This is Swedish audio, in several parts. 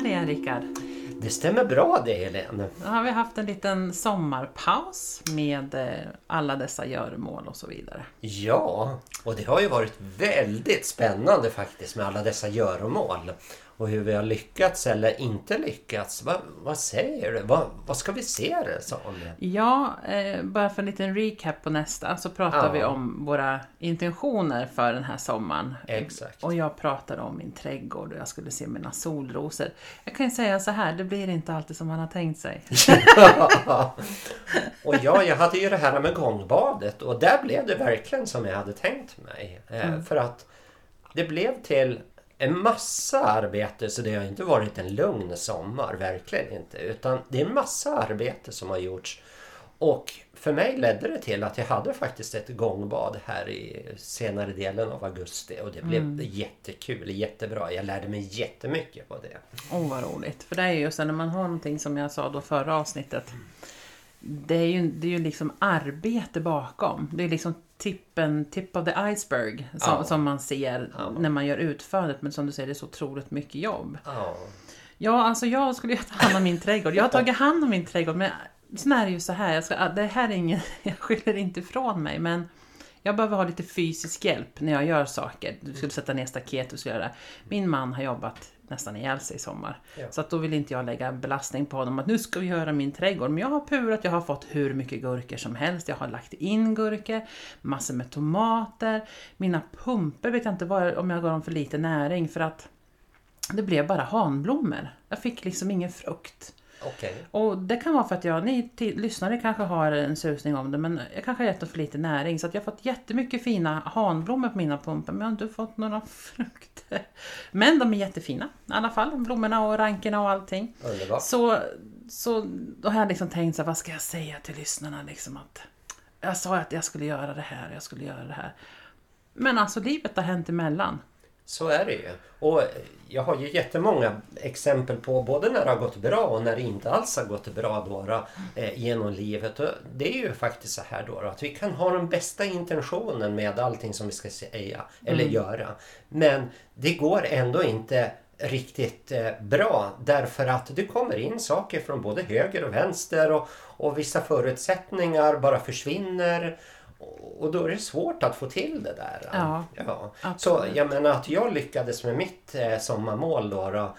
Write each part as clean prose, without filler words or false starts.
det igen, Rickard? Det stämmer bra det, Helene. Då har vi haft en liten sommarpaus med alla dessa göromål och så vidare. Ja, och det har ju varit väldigt spännande faktiskt med alla dessa göromål. Och hur vi har lyckats eller inte lyckats. Vad säger du? Vad ska vi se det som? Ja, bara för en liten recap på nästa så pratar vi om våra intentioner för den här sommaren. Exakt. Och jag pratade om min trädgård och jag skulle se mina solrosor. Jag kan ju säga så här, det blir inte alltid som man har tänkt sig. Och jag hade ju det här med gångbadet och där blev det verkligen som jag hade tänkt mig. För att det blev till en massa arbete, så det har inte varit en lugn sommar, verkligen inte. Utan det är en massa arbete som har gjorts. Och för mig ledde det till att jag hade faktiskt ett gångbad här i senare delen av augusti. Och det blev jättekul, jättebra. Jag lärde mig jättemycket på det. Vad roligt. För det är ju så när man har någonting som jag sa då förra avsnittet. Det är ju liksom arbete bakom. Det är liksom tip of the iceberg som man ser när man gör utförandet. Men som du säger, det är så otroligt mycket jobb. Ja, alltså jag skulle ju ta hand om min trädgård. Jag har tagit hand om min trädgård, men sen är det ju så här. Det här är jag skyller inte ifrån mig, men jag behöver ha lite fysisk hjälp när jag gör saker. Du skulle sätta ner staket och så göra det. Min man har jobbat nästan ihjäl sig i sommar. Ja. Så att då vill inte jag lägga belastning på honom att nu ska vi göra min trädgård. Men jag har purat, jag har fått hur mycket gurkor som helst. Jag har lagt in gurkor, massor med tomater. Mina pumper vet jag inte om jag gav dem för lite näring, för att det blev bara hanblommor. Jag fick liksom ingen frukt. Okay. Och det kan vara för att ni lyssnare kanske har en susning om det, men jag kanske har gett dem för lite näring, så att jag har fått jättemycket fina hanblommor på mina pumpar, men jag har inte fått några frukter. Men de är jättefina i alla fall, blommorna och rankerna och allting. Underbart. Så då har jag liksom tänkt så här, vad ska jag säga till lyssnarna liksom, att jag sa att jag skulle göra det här. Men alltså livet har hänt emellan. Så är det ju. Och jag har ju jättemånga exempel på både när det har gått bra och när det inte alls har gått bra genom livet. Och det är ju faktiskt så här då att vi kan ha den bästa intentionen med allting som vi ska säga eller göra. Men det går ändå inte riktigt bra, därför att det kommer in saker från både höger och vänster och vissa förutsättningar bara försvinner. Och då är det svårt att få till det där. Ja. Så jag menar att jag lyckades med mitt sommarmål då.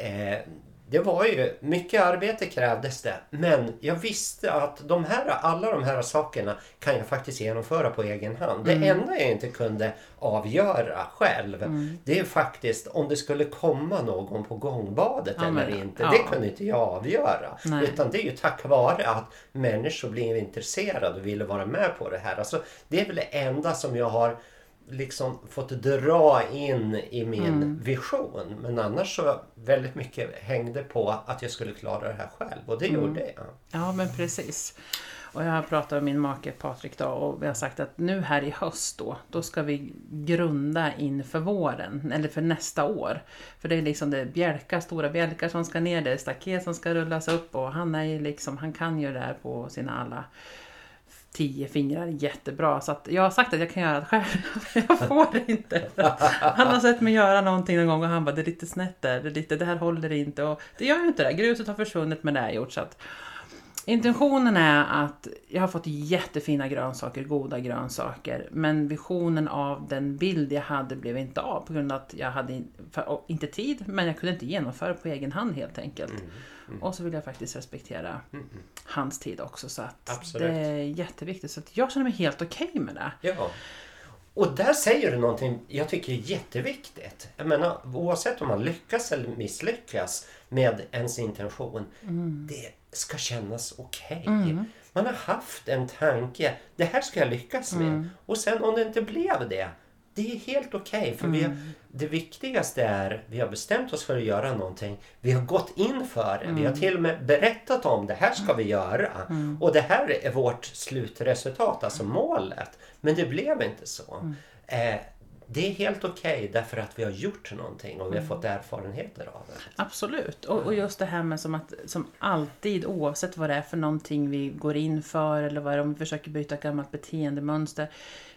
Det var ju mycket arbete krävdes det. Men jag visste att alla de här sakerna kan jag faktiskt genomföra på egen hand. Det enda jag inte kunde avgöra själv. Det är faktiskt om det skulle komma någon på gångbadet eller inte. Det kunde inte jag avgöra. Nej. Utan det är ju tack vare att människor blir intresserade och ville vara med på det här. Alltså, det är väl det enda som jag har liksom fått dra in i min vision. Men annars så väldigt mycket hängde på att jag skulle klara det här själv. Och det gjorde jag. Ja, men precis. Och jag har pratat med min make Patrik då, och vi har sagt att nu här i höst då ska vi grunda inför våren, eller för nästa år. För det är liksom stora bjälkar som ska ner, det är staket som ska rullas upp, och han kan ju det här på sina alla 10 fingrar jättebra, så att jag har sagt att jag kan göra det själv. Jag får det inte. Han har sett mig göra någonting någon gång och han bara, det är lite snett där, det här håller inte, och det gör ju inte det. Gruset har försvunnit, men det är gjort. Så att intentionen är att jag har fått jättefina grönsaker, goda grönsaker, men visionen av den bild jag hade blev inte av på grund av att jag hade inte tid, men jag kunde inte genomföra på egen hand helt enkelt. Och så vill jag faktiskt respektera hans tid också, så att absolut. Det är jätteviktigt, så att jag känner mig helt okej med det. Ja. Och där säger du någonting jag tycker är jätteviktigt. Jag menar, oavsett om man lyckas eller misslyckas med ens intention, det ska kännas okej. Man har haft en tanke, det här ska jag lyckas med. Och sen om det inte blev det är helt okej. För det viktigaste är, vi har bestämt oss för att göra någonting. Vi har gått in för det. Vi har till och med berättat om det här ska vi göra. Och det här är vårt slutresultat, alltså målet. Men det blev inte så. Det är helt okej därför att vi har gjort någonting och vi har fått erfarenheter av det. Absolut. Och just det här med som alltid, oavsett vad det är för någonting vi går in för eller vad det är, om vi försöker byta ett gammalt beteendemönster.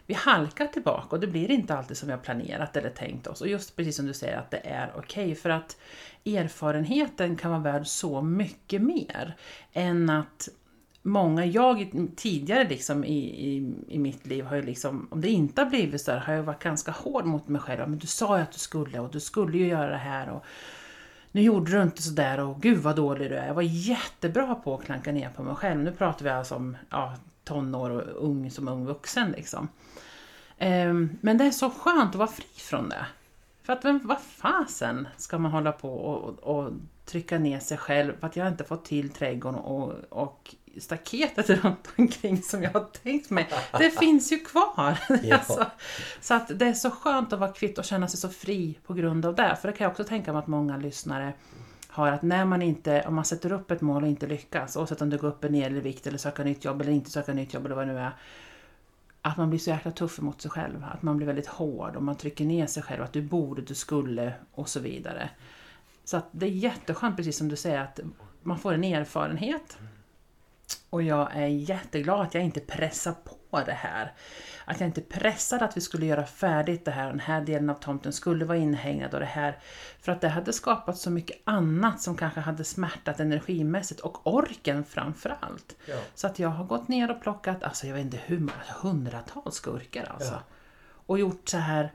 vi halkar tillbaka och det blir inte alltid som vi har planerat eller tänkt oss. Och just precis som du säger att det är okej, för att erfarenheten kan vara värd så mycket mer än att jag tidigare liksom i mitt liv har ju liksom, om det inte har blivit så här, har jag varit ganska hård mot mig själv. Men du sa ju att du skulle, och du skulle ju göra det här, och nu gjorde du inte så där, och gud vad dålig du är. Jag var jättebra på att klanka ner på mig själv. Nu pratar vi alltså om tonår och som ung vuxen liksom. Men det är så skönt att vara fri från det. För att vad fasen ska man hålla på och trycka ner sig själv för att jag inte fått till trädgården och staketet runt omkring som jag har tänkt mig. Det finns ju kvar. Ja. Alltså, så att det är så skönt att vara kvitt och känna sig så fri på grund av det. För det kan jag också tänka mig att många lyssnare har, att när om man sätter upp ett mål och inte lyckas, oavsett om det går upp eller ner eller vikt eller söka nytt jobb eller inte söka nytt jobb eller vad det nu är, att man blir så jäkla tuff mot sig själv, att man blir väldigt hård och man trycker ner sig själv, att du borde, du skulle och så vidare. Så att det är jätteskönt, precis som du säger, att man får en erfarenhet. Och jag är jätteglad att jag inte pressar på det här. Att jag inte pressade att vi skulle göra färdigt det här. Den här delen av tomten skulle vara inhägnad och det här. För att det hade skapat så mycket annat som kanske hade smärtat energimässigt och orken framförallt. Ja. Så att jag har gått ner och plockat, alltså jag vet inte hur många, hundratals gurkor alltså. Ja. Och gjort så här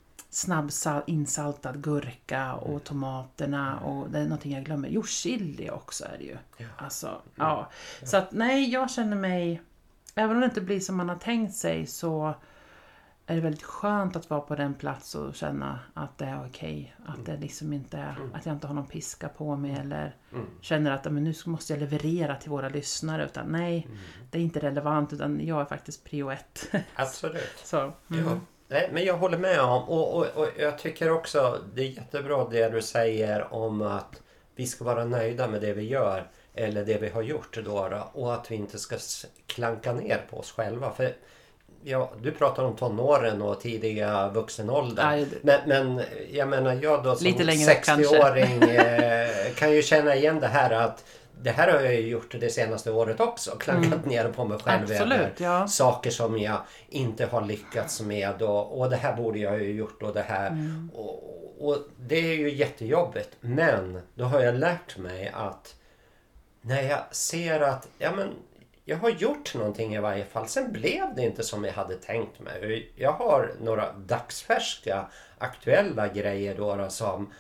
insaltad gurka och tomaterna och det är någonting jag glömmer. Jo, chili också är det ju. Ja. Alltså, ja. Så att nej, jag känner mig, även om det inte blir som man har tänkt sig, så är det väldigt skönt att vara på den plats och känna att det är okej. Att det liksom inte är, att jag inte har någon piska på mig eller känner att men nu måste jag leverera till våra lyssnare, utan nej, det är inte relevant, utan jag är faktiskt prio 1. Absolut. Så, Ja. Nej, men jag håller med om, och jag tycker också det är jättebra det du säger om att vi ska vara nöjda med det vi gör eller det vi har gjort då, och att vi inte ska klanka ner på oss själva. För ja, du pratar om tonåren och tidiga vuxenåldern. Men jag menar, jag då som 60-åring kan ju känna igen det här att det här har jag ju gjort det senaste året också. Klankat ner på mig själv. Absolut, saker som jag inte har lyckats med. Och det här borde jag ju gjort och det här. Och det är ju jättejobbigt. Men då har jag lärt mig att när jag ser att jag har gjort någonting i varje fall. Sen blev det inte som jag hade tänkt mig. Jag har några dagsfärska aktuella grejer då som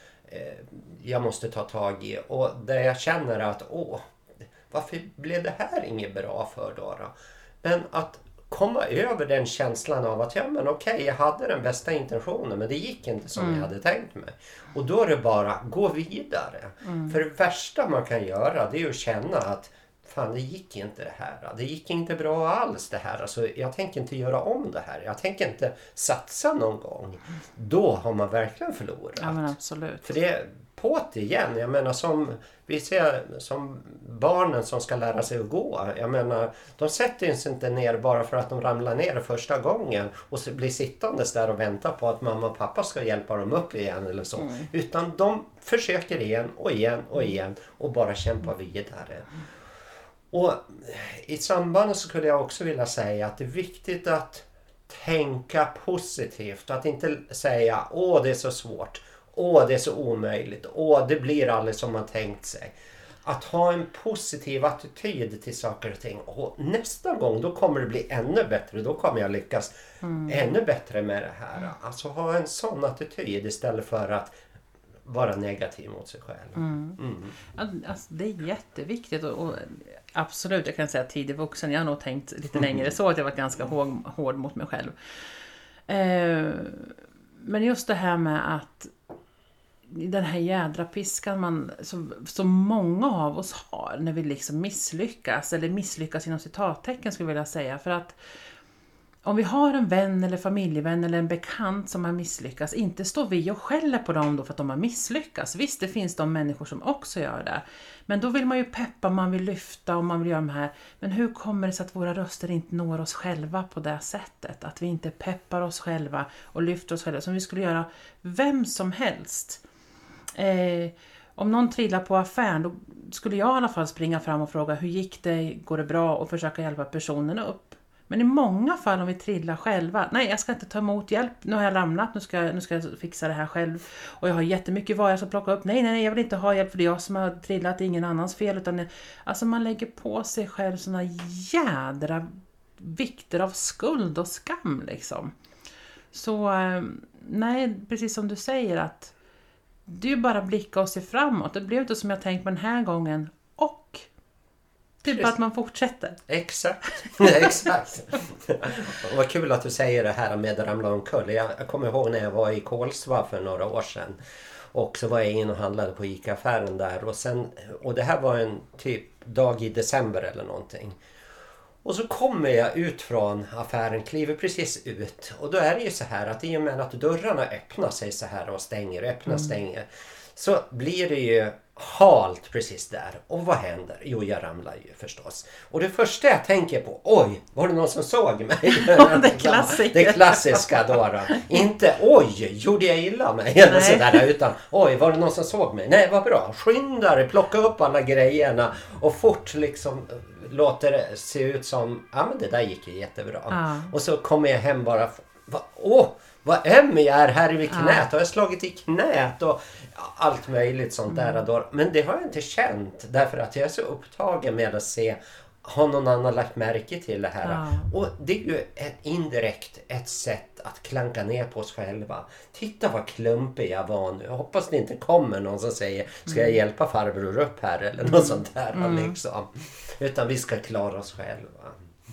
jag måste ta tag i. Och där jag känner att varför blev det här inget bra för då? Men att komma över den känslan av att jag hade den bästa intentionen men det gick inte som jag hade tänkt mig. Och då är det bara gå vidare. För det värsta man kan göra, det är att känna att fan, det gick inte det här. Det gick inte bra alls det här. Alltså, jag tänker inte göra om det här. Jag tänker inte satsa någon gång. Då har man verkligen förlorat. Ja, men absolut. För det är på det igen. Jag menar, vi ser som barnen som ska lära sig att gå. Jag menar, de sätter sig inte ner bara för att de ramlar ner första gången och blir sittandes där och väntar på att mamma och pappa ska hjälpa dem upp igen eller så. Utan de försöker igen och igen och igen och bara kämpa vidare. Och i samband så skulle jag också vilja säga att det är viktigt att tänka positivt. Att inte säga det är så svårt. Det är så omöjligt. Det blir aldrig som man tänkt sig. Att ha en positiv attityd till saker och ting. Och nästa gång då kommer det bli ännu bättre. Då kommer jag lyckas ännu bättre med det här. Alltså ha en sån attityd istället för att vara negativ mot sig själv. Alltså, det är jätteviktigt och absolut, jag kan säga att tidig vuxen, jag har nog tänkt lite längre så att jag var ganska hård mot mig själv. Men just det här med att den här jädra piskan så många av oss har när vi liksom misslyckas, eller misslyckas inom citattecken skulle jag vilja säga, för att om vi har en vän eller familjevän eller en bekant som har misslyckats, inte står vi och skäller på dem då för att de har misslyckats. Visst, det finns de människor som också gör det. Men då vill man ju peppa, man vill lyfta och man vill göra de här. Men hur kommer det sig att våra röster inte når oss själva på det sättet? Att vi inte peppar oss själva och lyfter oss själva som vi skulle göra vem som helst. Om någon trillar på affären, då skulle jag i alla fall springa fram och fråga hur gick det, går det bra, och försöka hjälpa personen upp. Men i många fall om vi trillar själva, nej jag ska inte ta emot hjälp, nu har jag ramlat, nu ska jag fixa det här själv. Och jag har jättemycket vad jag ska plocka upp, nej jag vill inte ha hjälp för det är jag som har trillat, det är ingen annans fel. Utan alltså man lägger på sig själv såna jädra vikter av skuld och skam liksom. Så nej, precis som du säger att det är ju bara blicka och se framåt. Det blev inte som jag tänkt på den här gången. Och typ att man fortsätter. Exakt. Exakt. Vad kul att du säger det här med att ramla omkull. Jag kommer ihåg när jag var i Kolsva för några år sedan. Och så var jag in och handlade på ICA-affären där. Och det här var en typ dag i december eller någonting. Och så kommer jag ut från affären, kliver precis ut. Och då är det ju så här att i och med att dörrarna öppnar sig så här och stänger, stänger. Så blir det ju halt precis där. Och vad händer? Jo, jag ramlar ju förstås. Och det första jag tänker på, oj, var det någon som såg mig? Det klassiska då. Inte, oj, gjorde jag illa mig? Eller sådär, utan, oj, var det någon som såg mig? Nej, vad bra. Skynda dig, plocka upp alla grejerna och fort liksom låter det se ut som, ja men det där gick ju jättebra. Och så kommer jag hem bara, vad öm jag är här vid knät. Har jag slagit i knät och allt möjligt sånt där då. Men det har jag inte känt därför att jag är så upptagen med att se, har någon annan lagt märke till det här? Och det är ju indirekt ett sätt att klanka ner på oss själva. Titta vad klumpig jag var nu. Jag hoppas det inte kommer någon som säger, ska jag hjälpa farbror upp här eller något sånt där liksom. Utan vi ska klara oss själva.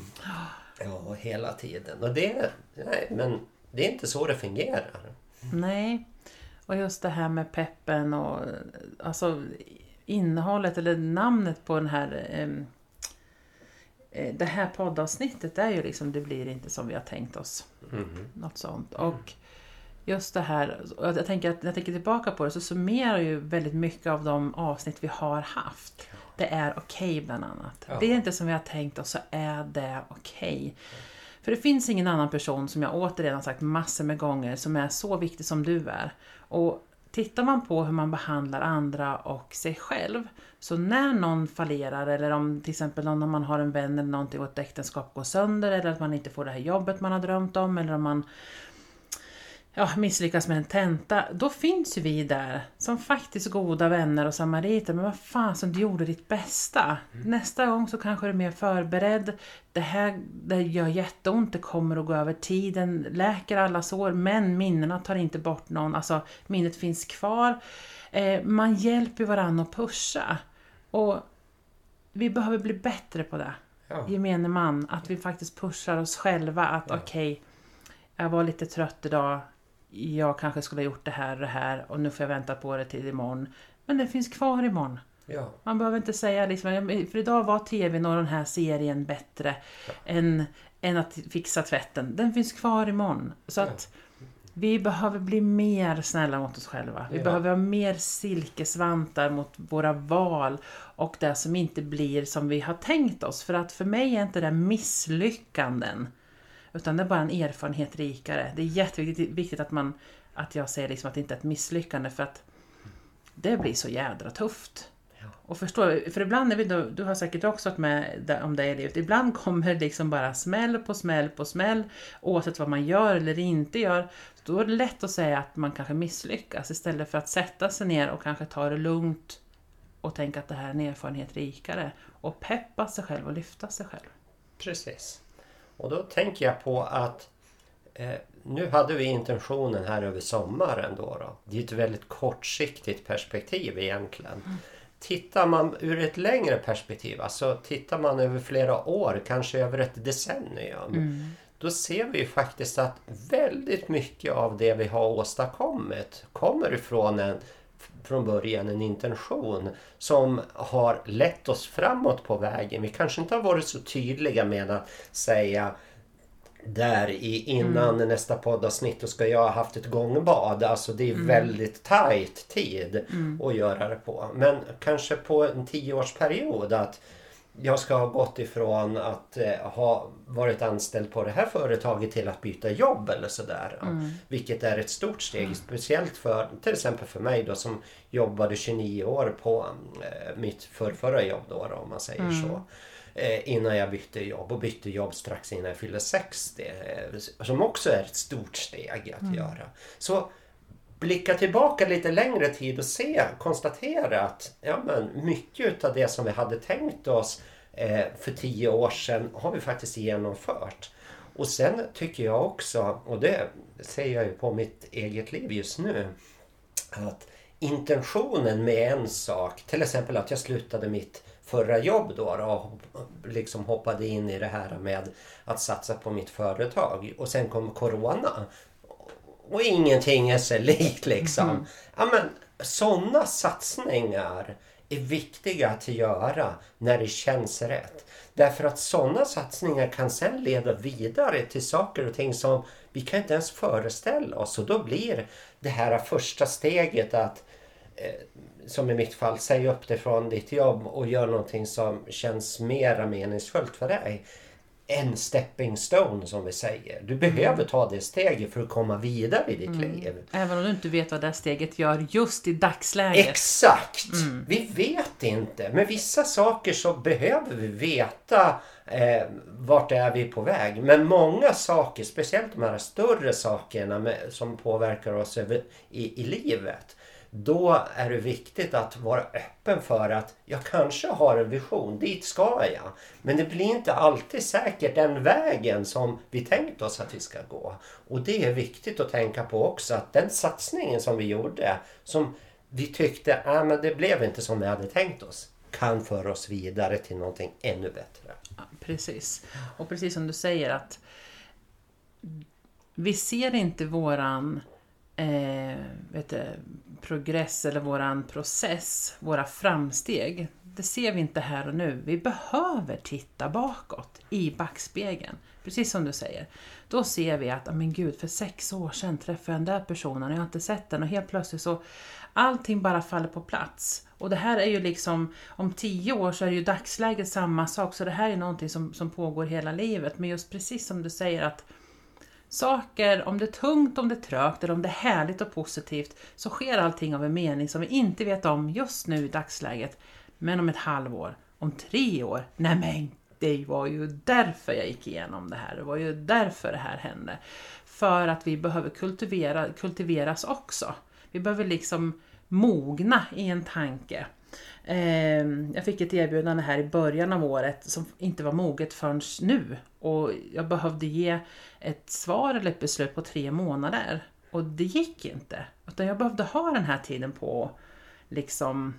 Ja, hela tiden. Och men det är inte så det fungerar. Nej. Och just det här med peppen och alltså innehållet eller namnet på den här det här poddavsnittet är ju liksom, det blir inte som vi har tänkt oss. Något sånt. Och just det här, jag tänker att när jag tänker tillbaka på det så summerar ju väldigt mycket av de avsnitt vi har haft. Det är okej bland annat. Det är inte som vi har tänkt oss, så är det okej. För det finns ingen annan person, som jag återigen har sagt massor med gånger, som är så viktig som du är. Och tittar man på hur man behandlar andra och sig själv, så när någon fallerar, eller om till exempel när man har en vän eller någonting och ett äktenskap går sönder, eller att man inte får det här jobbet man har drömt om, eller om man misslyckas med en tenta, då finns ju vi där som faktiskt goda vänner och samariter. Men vad fan, som du gjorde ditt bästa. Nästa gång så kanske du är mer förberedd. Det gör jätteont, det kommer att gå över tiden, läker alla sår, men minnena tar inte bort någon. Alltså minnet finns kvar. Man hjälper varandra att pusha. Och vi behöver bli bättre på det. Gemene man, att vi faktiskt pushar oss själva. Att okej, jag var lite trött idag. Jag kanske skulle ha gjort det här och nu får jag vänta på det till imorgon. Men det finns kvar imorgon. Man behöver inte säga liksom, för idag var tvn och den här serien bättre än att fixa tvätten. Den finns kvar imorgon. Så att vi behöver bli mer snälla mot oss själva. Vi behöver ha mer silkesvantar mot våra val och det som inte blir som vi har tänkt oss. För att för mig är inte det misslyckanden. Utan det är bara en erfarenhet rikare. Det är jätteviktigt att jag säger liksom att det inte är ett misslyckande. För att det blir så jädra tufft. Och för ibland, du har säkert också varit med om det i livet. Ibland kommer det liksom bara smäll på smäll på smäll. Oavsett vad man gör eller inte gör. Då är det lätt att säga att man kanske misslyckas. Istället för att sätta sig ner och kanske ta det lugnt. Och tänka att det här är en erfarenhet rikare. Och peppa sig själv och lyfta sig själv. Precis. Och då tänker jag på att nu hade vi intentionen här över sommaren då. Det är ett väldigt kortsiktigt perspektiv egentligen. Tittar man ur ett längre perspektiv, alltså tittar man över flera år, kanske över ett decennium. Då ser vi ju faktiskt att väldigt mycket av det vi har åstadkommit kommer ifrån från början en intention som har lett oss framåt på vägen. Vi kanske inte har varit så tydliga med att säga där innan nästa poddavsnitt, då ska jag ha haft ett gångbad. Alltså det är väldigt tajt tid att göra det på. Men kanske på en 10-årsperiod att jag ska ha gått ifrån att ha varit anställd på det här företaget till att byta jobb eller sådär. Vilket är ett stort steg, speciellt för till exempel för mig då som jobbade 29 år på mitt förra jobb då om man säger så. innan jag bytte jobb. Och bytte jobb strax innan jag fyllde 60. Som också är ett stort steg att göra. Så blicka tillbaka lite längre tid och konstatera att mycket av det som vi hade tänkt oss för 10 år sedan har vi faktiskt genomfört. Och sen tycker jag också, och det ser jag ju på mitt eget liv just nu, att intentionen med en sak, till exempel att jag slutade mitt förra jobb då och liksom hoppade in i det här med att satsa på mitt företag, och sen kom corona och ingenting är så likt liksom. Ja, men sådana satsningar är viktiga att göra när det känns rätt. Därför att sådana satsningar kan sen leda vidare till saker och ting som vi kan inte ens föreställa oss. Och då blir det här första steget att, som i mitt fall, säga upp dig från ditt jobb och göra någonting som känns mera meningsfullt för dig. En stepping stone, som vi säger. Du behöver ta det steget för att komma vidare i ditt liv. Även om du inte vet vad det steget gör just i dagsläget. Exakt! Vi vet inte. Med vissa saker så behöver vi veta vart är vi på väg. Men många saker, speciellt de här större sakerna som påverkar oss i livet, då är det viktigt att vara öppen för att jag kanske har en vision, dit ska jag. Men det blir inte alltid säkert den vägen som vi tänkt oss att vi ska gå. Och det är viktigt att tänka på också, att den satsningen som vi gjorde, som vi tyckte, men det blev inte som vi hade tänkt oss, kan föra oss vidare till någonting ännu bättre. Ja, precis. Och precis som du säger, att vi ser inte våran progress eller våran process, våra framsteg. Det ser vi inte här och nu. Vi behöver titta bakåt i backspegeln. Precis som du säger. Då ser vi att, men gud, för 6 år sedan träffade jag den där personen och jag har inte sett den, och helt plötsligt så allting bara faller på plats. Och det här är ju liksom, om 10 år så är det ju dagsläget samma sak, så det här är någonting som pågår hela livet. Men just precis som du säger, att saker, om det är tungt, om det är trögt eller om det är härligt och positivt, så sker allting av en mening som vi inte vet om just nu i dagsläget. Men om ett halvår, om 3 år, nej men det var ju därför jag gick igenom det här. Det var ju därför det här hände. För att vi behöver kultiveras också. Vi behöver liksom mogna i en tanke. Jag fick ett erbjudande här i början av året som inte var moget förrän nu. Och jag behövde ge ett svar eller ett beslut på 3 månader. Och det gick inte. Utan jag behövde ha den här tiden på att liksom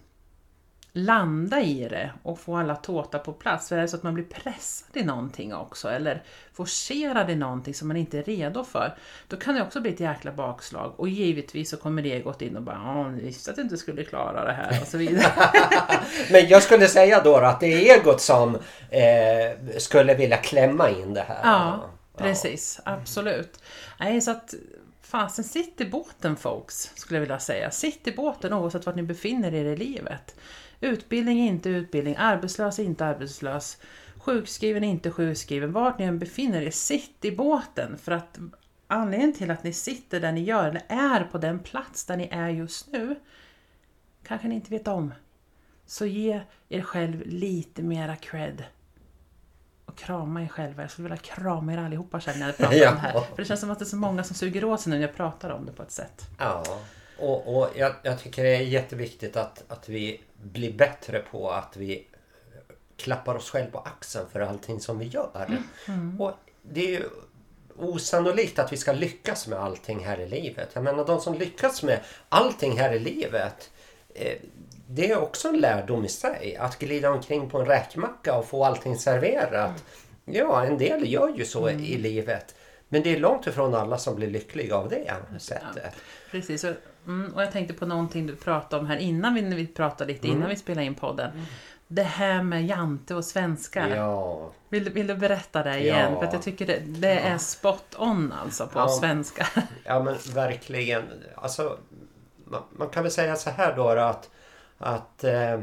landa i det och få alla tåtar på plats. För det är så att man blir pressad i någonting också, eller forcerad i någonting som man inte är redo för, då kan det också bli ett jäkla bakslag. Och givetvis så kommer egot in och bara, ni visste att du inte skulle klara det här och så vidare. Men jag skulle säga då att det är egot som skulle vilja klämma in det här. Ja, precis. Absolut. Nej, så att fasen, sitt i båten, folks, skulle jag vilja säga. Sitt i båten oavsett vart ni befinner er i livet. Utbildning, inte utbildning. Arbetslös, inte arbetslös. Sjukskriven, inte sjukskriven. Vart ni än befinner er, sitt i båten. För att anledningen till att ni sitter där ni gör, eller är på den plats där ni är just nu, kanske ni inte vet om. Så ge er själv lite mera cred. Och krama er själva. Jag skulle vilja krama er allihopa sen när jag pratar om det här. För det känns som att det är så många som suger åt sig nu när jag pratar om det på ett sätt. Ja, och jag tycker det är jätteviktigt att vi blir bättre på att vi klappar oss själv på axeln för allting som vi gör. Och det är ju osannolikt att vi ska lyckas med allting här i livet. Jag menar, de som lyckas med allting här i livet, det är också en lärdom i sig. Att glida omkring på en räkmacka och få allting serverat. Ja, en del gör ju så i livet. Men det är långt ifrån alla som blir lyckliga av det sättet. Ja, precis. Och jag tänkte på någonting du pratade om här innan vi pratade lite innan vi spelade in podden. Det här med jante och svenska. Ja. Vill du berätta det igen? För att jag tycker det är spot on alltså på svenska. Ja, men verkligen. Alltså, man kan väl säga så här då att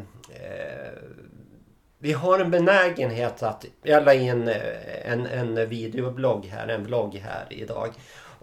vi har en benägenhet att, jag la in en videoblogg här, en vlogg här idag,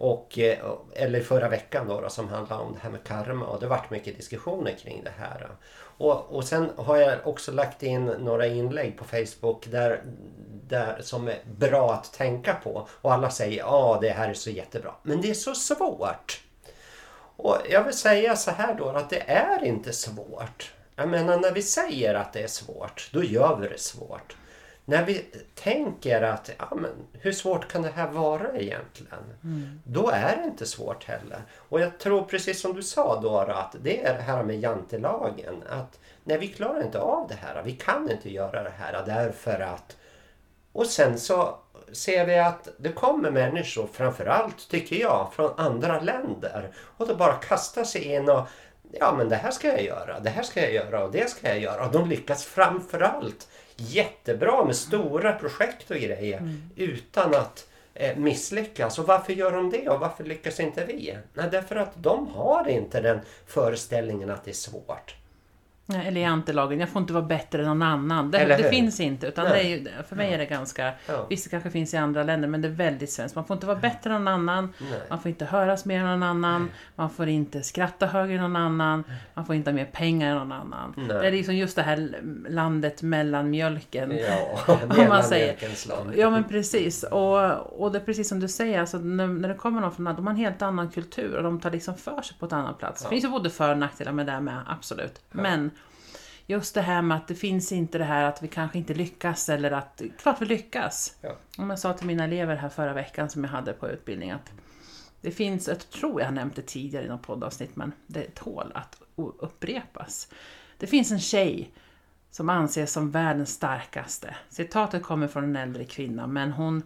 Eller förra veckan då som handlar om det här med karma, och det har varit mycket diskussioner kring det här. Och sen har jag också lagt in några inlägg på Facebook där som är bra att tänka på, och alla säger det här är så jättebra, men det är så svårt. Och jag vill säga så här då, att det är inte svårt. Jag menar, när vi säger att det är svårt, då gör vi det svårt. När vi tänker att hur svårt kan det här vara egentligen? Då är det inte svårt heller. Och jag tror precis som du sa då, att det är det här med jantelagen. Att nej, vi klarar inte av det här. Vi kan inte göra det här därför att... Och sen så ser vi att det kommer människor, framförallt tycker jag, från andra länder. Och då bara kastar sig in och men det här ska jag göra, det här ska jag göra och det ska jag göra. Och de lyckas framförallt jättebra med stora projekt och grejer utan att misslyckas. Och varför gör de det och varför lyckas inte vi? Nej, därför att de har inte den föreställningen att det är svårt. Eller i antelagen, jag får inte vara bättre än någon annan. Det finns inte, utan det är ju, för mig är det ganska, visst det kanske finns i andra länder, men det är väldigt svenskt. Man får inte vara bättre än någon annan, man får inte höras mer än någon annan, man får inte skratta högre än någon annan, man får inte ha mer pengar än någon annan. Det är liksom just det här landet mellan mjölken. Om man säger. Ja, men precis. Och det är precis som du säger, alltså, när det kommer någon från de har en helt annan kultur och de tar liksom för sig på ett annat plats. Det finns ju både för- och nackdelar med det med, absolut. Men just det här med att det finns inte det här att vi kanske inte lyckas, eller att klart vi lyckas. Om jag sa till mina elever här förra veckan som jag hade på utbildning att det finns, jag tror jag har nämnt det tidigare i något poddavsnitt, men det tål att upprepas. Det finns en tjej som anses som världens starkaste. Citatet kommer från en äldre kvinna, men hon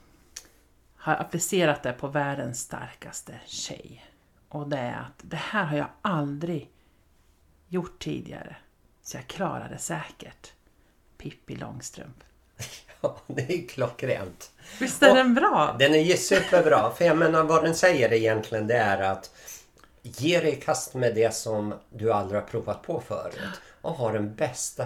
har applicerat det på världens starkaste tjej. Och det är att det här har jag aldrig gjort tidigare. Så jag klarar det säkert. Pippi Långstrump. Ja, det är klockrent. Visst är den bra? Den är ju superbra. För jag menar, vad den säger egentligen, det är att ge dig i kast med det som du aldrig har provat på förut. Och ha den bästa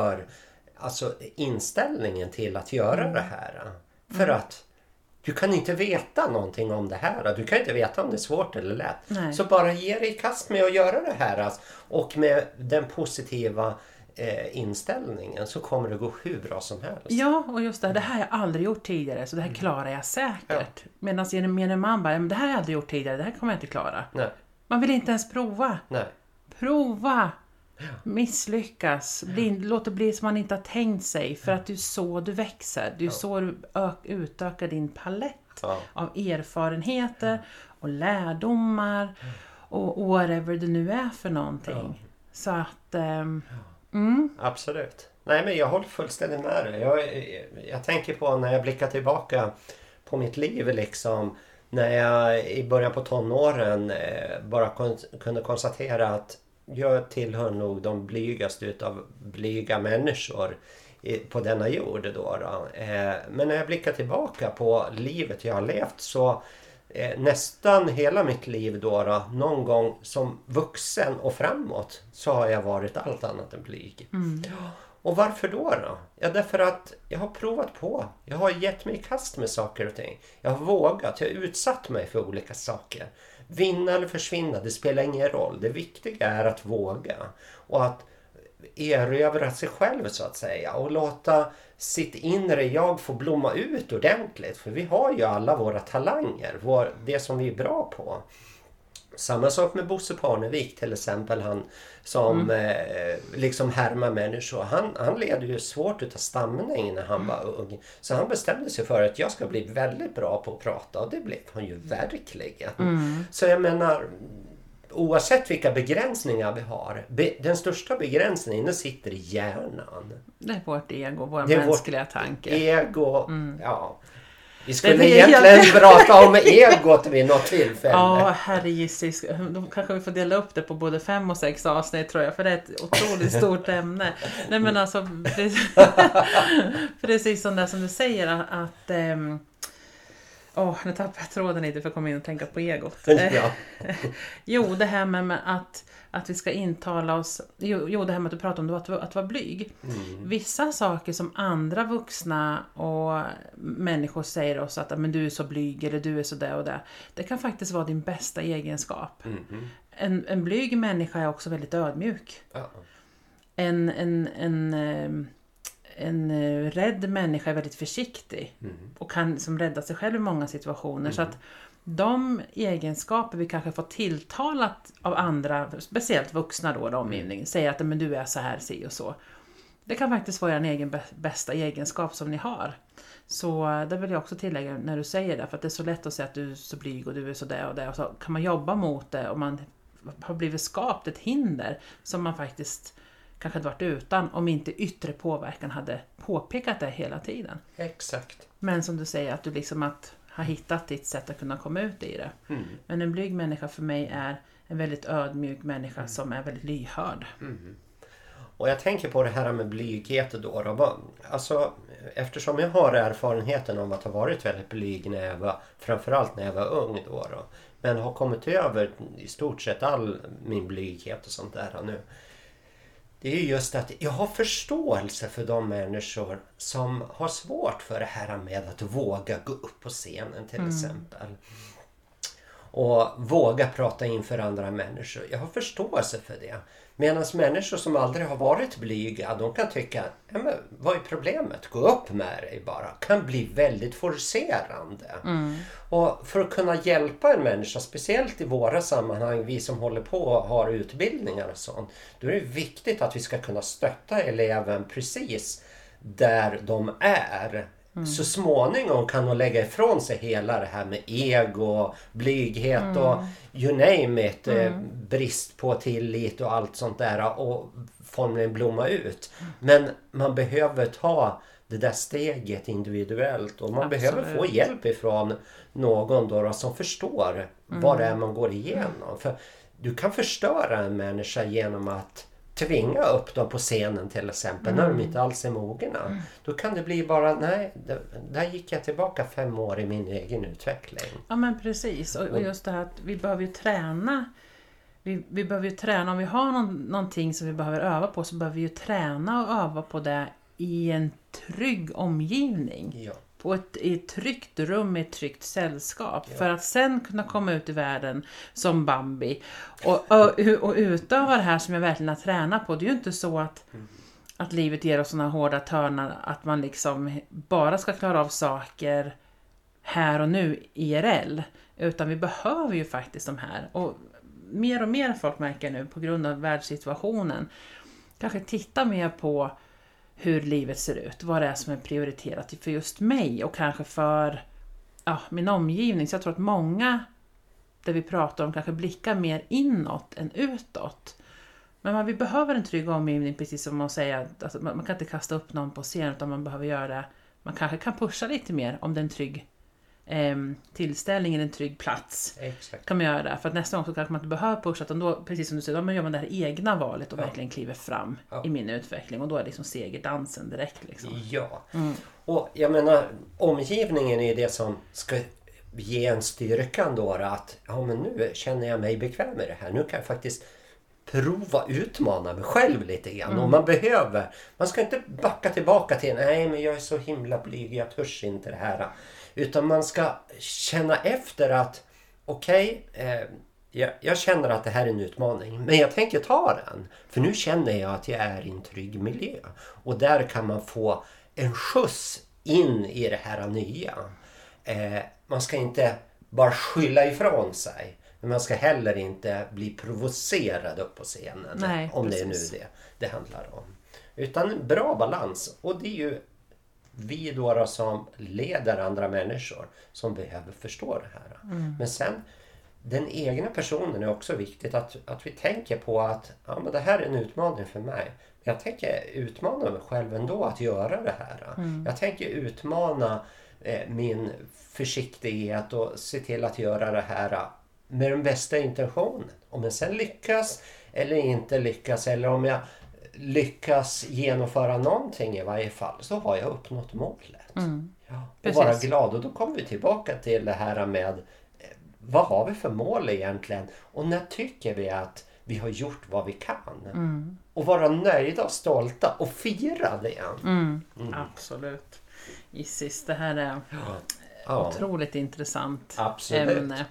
inställningen till att göra det här. För att du kan inte veta någonting om det här. Du kan inte veta om det är svårt eller lätt. Nej. Så bara ge dig i kast med att göra det här. Och med den positiva inställningen så kommer det gå hur bra som helst. Ja, och just det här har jag aldrig gjort tidigare, så det här klarar jag säkert. Medan gemene man bara, det här har jag aldrig gjort tidigare, det här kommer jag inte klara. Nej. Man vill inte ens prova. Nej. Prova! Misslyckas. Låt det bli som man inte har tänkt sig. För att det är så du växer. Det är så du utökar din palett av erfarenheter och lärdomar och whatever det nu är för någonting. Så att... Absolut. Nej, men jag håller fullständigt med dig. Jag tänker på när jag blickar tillbaka på mitt liv liksom. När jag i början på tonåren bara kunde konstatera att jag tillhör nog de blygaste utav blyga människor på denna jord då. Men när jag blickar tillbaka på livet jag har levt så nästan hela mitt liv då, någon gång som vuxen och framåt så har jag varit allt annat än blyg. Och varför då? Ja, därför att jag har provat på. Jag har gett mig i kast med saker och ting. Jag har vågat, jag har utsatt mig för olika saker. Vinna eller försvinna, det spelar ingen roll. Det viktiga är att våga. Och att erövra sig själv så att säga. Och låta sitt inre jag få blomma ut ordentligt. För vi har ju alla våra talanger. Det som vi är bra på. Samma sak med Bosse Parnevik till exempel. Han som liksom härmar människor. Han led ju svårt utav stamning när han var ung. Så han bestämde sig för att jag ska bli väldigt bra på att prata. Och det blev han ju verkligen. Så jag menar, oavsett vilka begränsningar vi har. Den största begränsningen sitter i hjärnan. Det är vårt ego, vår mänskliga tanke. Ego, ja. Vi skulle egentligen prata om egot vid något tillfälle. Ja, herregissis. Då kanske vi får dela upp det på både 5 och 6 avsnitt tror jag. För det är ett otroligt stort ämne. Nej men alltså, precis som det som du säger att Nu tappade jag tråden lite för att komma in och tänka på egot. Ja. Jo, det här med att vi ska intala oss... Jo, det här med att du pratar om att vara blyg. Vissa saker som andra vuxna och människor säger oss att men du är så blyg eller du är så där och där. Det kan faktiskt vara din bästa egenskap. En blyg människa är också väldigt ödmjuk. En rädd människa är väldigt försiktig och kan som rädda sig själv i många situationer. Så att de egenskaper vi kanske får tilltalat av andra, speciellt vuxna då, omgivning, säger att men du är så här, si och så. Det kan faktiskt vara en egen bästa egenskap som ni har. Så det vill jag också tillägga när du säger det, för att det är så lätt att säga att du är så blyg och du är så där och där. Och så kan man jobba mot det och man har blivit skapat ett hinder som man faktiskt kanske hade varit utan om inte yttre påverkan hade påpekat det hela tiden. Exakt. Men som du säger, att du liksom har hittat ditt sätt att kunna komma ut i det. Men en blyg människa för mig är en väldigt ödmjuk människa som är väldigt lyhörd. Och jag tänker på det här med blyghet då. Alltså, eftersom jag har erfarenheten om att ha varit väldigt blyg framförallt när jag var ung då. Men har kommit över i stort sett all min blyghet och sånt där nu. Det är ju just att jag har förståelse för de människor som har svårt för det här med att våga gå upp på scenen till exempel. Och våga prata inför andra människor. Jag har förståelse för det. Medan människor som aldrig har varit blyga, de kan tycka, men vad är problemet? Gå upp med dig bara. Kan bli väldigt forcerande. Och för att kunna hjälpa en människa, speciellt i våra sammanhang, vi som håller på och har utbildningar och sånt, då är det viktigt att vi ska kunna stötta eleven precis där de är. Så småningom kan de lägga ifrån sig hela det här med ego, blyghet och you name it, brist på tillit och allt sånt där och formligen blomma ut. Men man behöver ta det där steget individuellt och man behöver få hjälp ifrån någon då som förstår vad det är man går igenom. För du kan förstöra en människa genom att tvinga upp dem på scenen till exempel när de inte alls är mogna. Då kan det bli bara, där gick jag tillbaka 5 år i min egen utveckling. Ja men precis, och just det här att vi behöver ju träna. Vi behöver ju träna, om vi har någonting som vi behöver öva på så behöver vi ju träna och öva på det i en trygg omgivning. Ja. I ett tryggt rum, i ett tryggt sällskap. För att sen kunna komma ut i världen som Bambi. Och utöva det här som jag verkligen har tränat på. Det är ju inte så att livet ger oss såna hårda törnar att man liksom bara ska klara av saker här och nu IRL. Utan vi behöver ju faktiskt de här. Och mer folk märker nu på grund av världssituationen. Kanske titta mer på hur livet ser ut, vad det är som är prioriterat för just mig och kanske för min omgivning. Så jag tror att många, där vi pratar om, kanske blickar mer inåt än utåt. Men vi behöver en trygg omgivning, precis som man säger. Alltså, man kan inte kasta upp någon på scen, utan man behöver göra det. Man kanske kan pusha lite mer om det är en trygg tillställning eller en trygg plats. Exakt. Kan man göra det. För att nästa gång så kanske man inte behöver pusha, utan då, precis som du säger, då gör man det här egna valet och verkligen kliver fram i min utveckling. Och då är det liksom segerdansen direkt. Liksom. Ja. Och jag menar, omgivningen är det som ska ge en styrkan då att men nu känner jag mig bekväm med det här. Nu kan jag faktiskt prova utmana mig själv lite grann. Och man ska inte backa tillbaka till nej men jag är så himla blyg, jag törs inte det här. Utan man ska känna efter att jag känner att det här är en utmaning. Men jag tänker ta den. För nu känner jag att jag är i en trygg miljö. Och där kan man få en skjuts in i det här nya. Man ska inte bara skylla ifrån sig. Men man ska heller inte bli provocerad upp på scenen. Nej, om precis. det är nu det handlar om. Utan en bra balans. Och det är ju vi då som leder andra människor som behöver förstå det här. Men sen, den egna personen är också viktigt att vi tänker på att men det här är en utmaning för mig. Jag tänker utmana mig själv ändå att göra det här. Jag tänker utmana min försiktighet och se till att göra det här med den bästa intentionen. Om jag sen lyckas eller inte lyckas, eller om jag lyckas genomföra någonting i varje fall, så har jag uppnått målet. Och vara glad. Och då kommer vi tillbaka till det här med vad har vi för mål egentligen? Och när tycker vi att vi har gjort vad vi kan? Och vara nöjda och stolta och fira det. Absolut. Isis, det här är otroligt intressant ämne.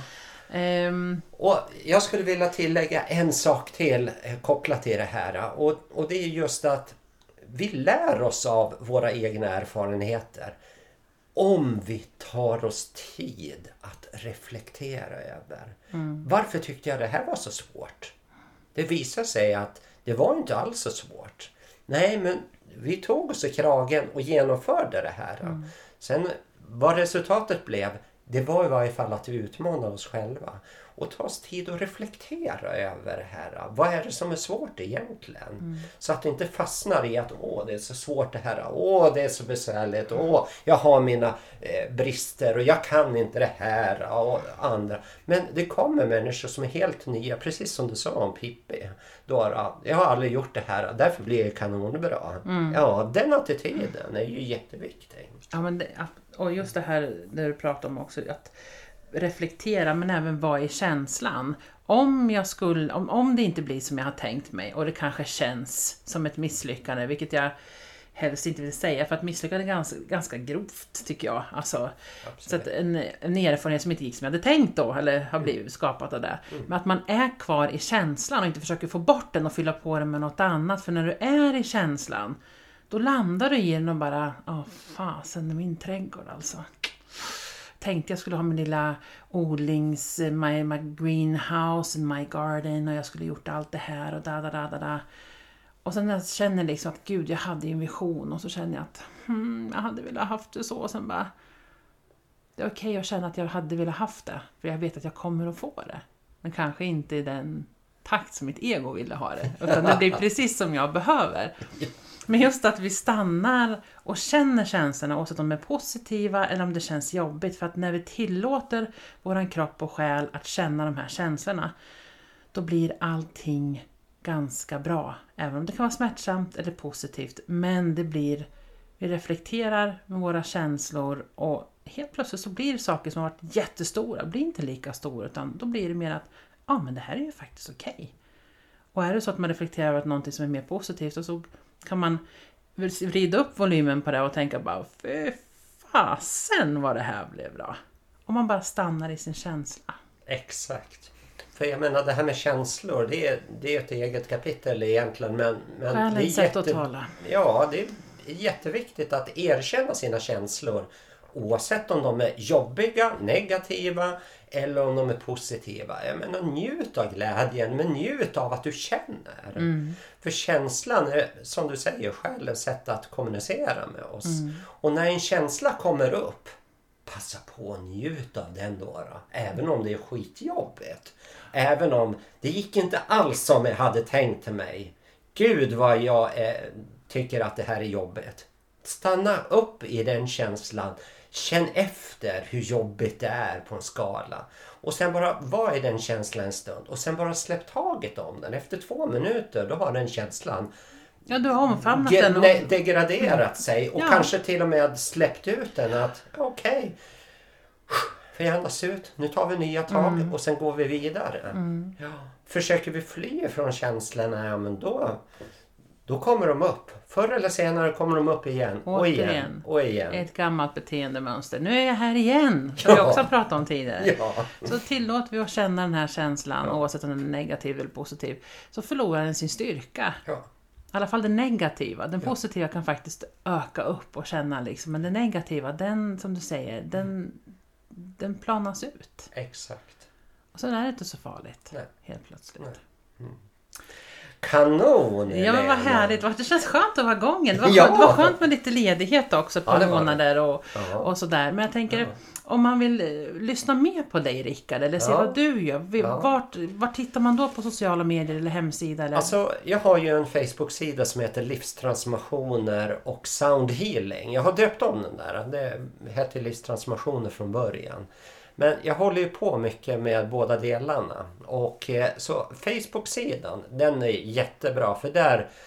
Och jag skulle vilja tillägga en sak till kopplat till det här. Och det är just att vi lär oss av våra egna erfarenheter. Om vi tar oss tid att reflektera över. Varför tyckte jag det här var så svårt? Det visar sig att det var inte alls så svårt. Nej, men vi tog oss i kragen och genomförde det här. Sen vad resultatet blev, det var i varje fall att vi utmanade oss själva. Och ta oss tid att reflektera över det här. Vad är det som är svårt egentligen? Så att det inte fastnar i att det är så svårt det här. Det är så besvärligt. Jag har mina brister och jag kan inte det här och andra. Men det kommer människor som är helt nya. Precis som du sa om Pippi. Jag har aldrig gjort det här. Därför blir det kanonbra. Ja, den attityden är ju jätteviktig. Ja, men och just det här där du pratar om också. Att reflektera, men även vara i känslan. Om det inte blir som jag har tänkt mig och det kanske känns som ett misslyckande, vilket jag helst inte vill säga, för att misslyckande är ganska grovt tycker jag. Alltså, så att en erfarenhet som inte gick som jag hade tänkt då, eller har blivit skapat av det. Men att man är kvar i känslan och inte försöker få bort den och fylla på den med något annat. För när du är i känslan, då landar du i den och bara, fasen är min trädgård alltså. Tänkte jag skulle ha min lilla odlings, my greenhouse and my garden, och jag skulle gjort allt det här och da. Och sen jag känner liksom att gud, jag hade en vision, och så känner jag att jag hade velat haft det så, och sen bara det är okej att känna att jag hade velat haft det, för jag vet att jag kommer att få det, men kanske inte i den takt som mitt ego ville ha det, utan det blir precis som jag behöver. Men just att vi stannar och känner känslorna, oavsett om de är positiva eller om det känns jobbigt. För att när vi tillåter våran kropp och själ att känna de här känslorna, då blir allting ganska bra. Även om det kan vara smärtsamt eller positivt. Men vi reflekterar med våra känslor, och helt plötsligt så blir det saker som har varit jättestora, blir inte lika stora, utan då blir det mer att men det här är ju faktiskt okej. Och är det så att man reflekterar över någonting som är mer positivt, och så kan man vrida upp volymen på det och tänka bara, fy fasen vad det här blev bra. Om man bara stannar i sin känsla. Exakt. För jag menar, det här med känslor, det är ett eget kapitel egentligen. Men själens sätt att tala. Ja, det är jätteviktigt att erkänna sina känslor. Oavsett om de är jobbiga, negativa eller om de är positiva. Jag menar, njut av glädjen, men njut av att du känner. För känslan är, som du säger, själv ett sätt att kommunicera med oss. Och när en känsla kommer upp, passa på att njuta av den då. Även om det är skitjobbigt. Även om det gick inte alls som jag hade tänkt mig. Gud vad jag tycker att det här är jobbigt. Stanna upp i den känslan. Känn efter hur jobbigt det är på en skala. Och sen bara var i den känslan en stund. Och sen bara släpp taget om den. Efter 2 minuter, då har den känslan du har omfamnat den och degraderat sig. Och kanske till och med släppt ut den. Att okej, vi andas ut. Nu tar vi nya tag och sen går vi vidare. Försöker vi fly från känslorna, men då kommer de upp. Förr eller senare kommer de upp igen. Och igen. Och igen. Ett gammalt beteendemönster. Nu är jag här igen. Som vi också pratat om tidigare. Så tillåter vi att känna den här känslan. Oavsett om den är negativ eller positiv. Så förlorar den sin styrka. I alla fall den negativa. Den positiva kan faktiskt öka upp och känna liksom. Men den negativa, den som du säger, den planas ut. Exakt. Och så är det inte så farligt. Helt plötsligt. Kanon! Ja, men vad härligt. Det känns skönt att vara gången. Det var skönt med lite ledighet också på månader och sådär. Men jag tänker, om man vill lyssna mer på dig, Rickard, eller se vad du gör. Vart tittar man då på sociala medier eller hemsida? Eller? Alltså, jag har ju en Facebook-sida som heter Livstransformationer och Sound Healing. Jag har döpt om den där. Det heter Livstransformationer från början. Men jag håller ju på mycket med båda delarna. Och så Facebook-sidan, den är jättebra. För där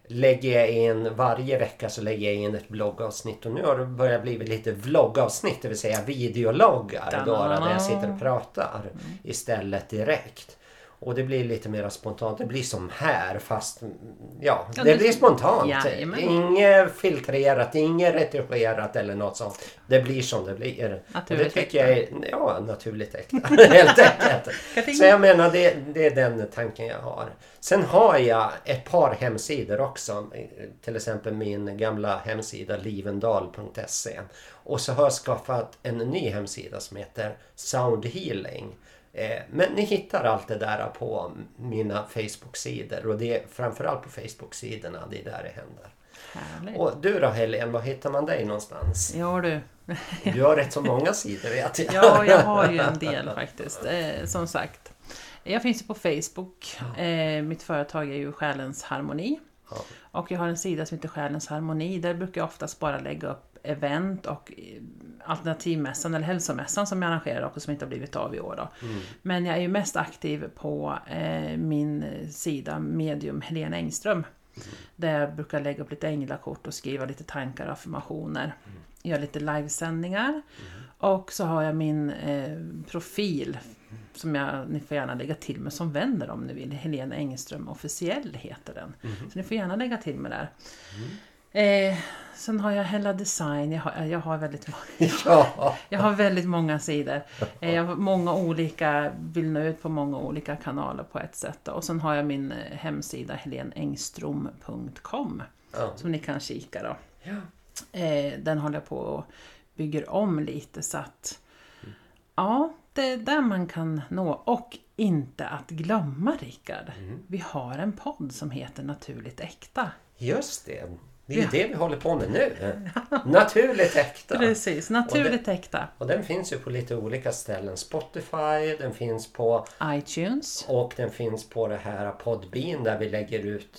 lägger jag in varje vecka, så lägger jag in ett bloggavsnitt. Och nu har det börjat bli lite vloggavsnitt, det vill säga videologgar då, där jag sitter och pratar istället direkt. Och det blir lite mer spontant. Det blir som här, fast det blir spontant. Inget filtrerat, inget redigerat eller något sånt. Det blir som det blir. Naturligt, det tycker jag är naturligt äkta. Helt enkelt. Så jag menar, det är den tanken jag har. Sen har jag ett par hemsidor också. Till exempel min gamla hemsida livendal.se. Och så har jag skaffat en ny hemsida som heter Sound Healing. Men ni hittar allt det där på mina Facebook-sidor. Och det är framförallt på Facebook-sidorna, det är där det händer. Härligt. Och du då, Helene, var hittar man dig någonstans? Ja du. Du har rätt så många sidor, vet jag. Ja, jag har ju en del faktiskt. Som sagt. Jag finns ju på Facebook. Mitt företag är ju Själens Harmoni. Ja. Och jag har en sida som heter Själens Harmoni. Där brukar jag oftast bara lägga upp event och alternativmässan eller hälsomässan som jag arrangerar och som inte har blivit av i år då. Men jag är ju mest aktiv på min sida Medium Helene Engström. Där jag brukar lägga upp lite änglakort och skriva lite tankar och affirmationer. Gör lite livesändningar. Och så har jag min profil som ni får gärna lägga till med som vänner om ni vill. Helene Engström officiell heter den. Så ni får gärna lägga till med där. Sen har jag Hella Design. Jag har väldigt jag har väldigt många sidor. Jag har många olika, vill nå ut på många olika kanaler på ett sätt. Och sen har jag min hemsida helenengstrom.com som ni kan kika då. Den håller jag på och bygger om lite så att det är där man kan nå. Och inte att glömma, Rickard. Vi har en podd som heter Naturligt Äkta. Just det. Det är det vi håller på med nu. Naturligt äkta. Precis, naturligt äkta. Och den finns ju på lite olika ställen. Spotify, den finns på iTunes. Och den finns på det här Podbean där vi lägger ut...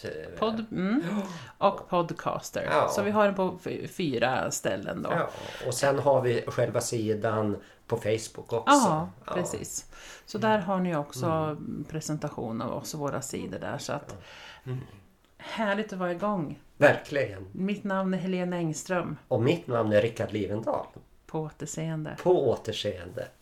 Och Podcaster. Ja. Så vi har den på 4 ställen då. Ja. Och sen har vi själva sidan på Facebook också. Ja, precis. Så där har ni också presentation av oss och våra sidor där. Så att härligt att vara igång. Verkligen. Mitt namn är Helene Engström. Och mitt namn är Rickard Livendal. På återseende. På återseende.